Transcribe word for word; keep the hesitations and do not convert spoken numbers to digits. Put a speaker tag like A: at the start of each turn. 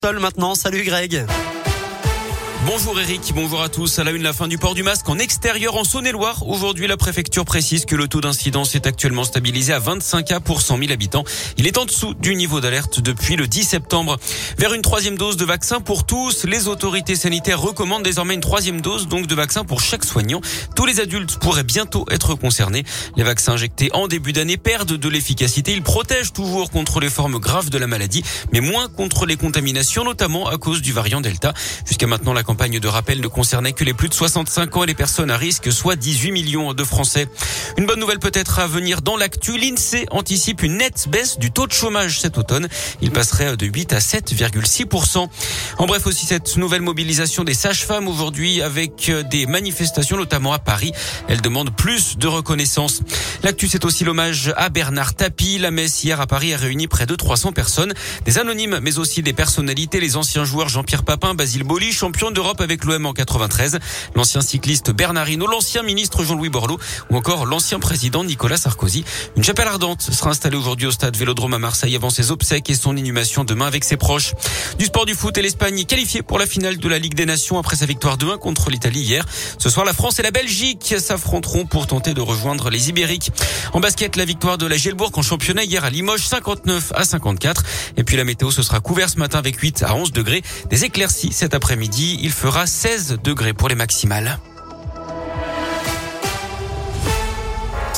A: Seul maintenant, salut Greg.
B: Bonjour Eric, bonjour à tous. À la une, la fin du port du masque en extérieur en Saône-et-Loire. Aujourd'hui, la préfecture précise que le taux d'incidence est actuellement stabilisé à vingt-cinq cas pour cent mille habitants. Il est en dessous du niveau d'alerte depuis le dix septembre. Vers une troisième dose de vaccin pour tous, les autorités sanitaires recommandent désormais une troisième dose donc de vaccin pour chaque soignant. Tous les adultes pourraient bientôt être concernés. Les vaccins injectés en début d'année perdent de l'efficacité. Ils protègent toujours contre les formes graves de la maladie, mais moins contre les contaminations, notamment à cause du variant Delta. Jusqu'à maintenant, la campagne de rappel ne concernait que les plus de soixante-cinq ans et les personnes à risque, soit dix-huit millions de Français. Une bonne nouvelle peut-être à venir dans l'actu. L'INSEE anticipe une nette baisse du taux de chômage cet automne. Il passerait de huit à sept virgule six pour cent. En bref, aussi cette nouvelle mobilisation des sages-femmes aujourd'hui avec des manifestations, notamment à Paris. Elles demandent plus de reconnaissance. L'actu, c'est aussi l'hommage à Bernard Tapie. La messe hier à Paris a réuni près de trois cents personnes. Des anonymes, mais aussi des personnalités. Les anciens joueurs Jean-Pierre Papin, Basile Boli, champion d'Europe avec l'O M en quatre-vingt-treize, l'ancien cycliste Bernard Hinault, l'ancien ministre Jean-Louis Borloo ou encore l'ancien président Nicolas Sarkozy. Une chapelle ardente sera installée aujourd'hui au stade Vélodrome à Marseille avant ses obsèques et son inhumation demain avec ses proches. Du sport, du foot et l'Espagne qualifiée pour la finale de la Ligue des Nations après sa victoire deux un contre l'Italie hier. Ce soir, la France et la Belgique s'affronteront pour tenter de rejoindre les Ibériques. En basket, la victoire de la Gielbourg en championnat hier à Limoges, cinquante-neuf à cinquante-quatre. Et puis la météo, ce sera couvert ce matin avec huit à onze degrés. Des éclaircies cet après-midi. Il fera seize degrés pour les maximales.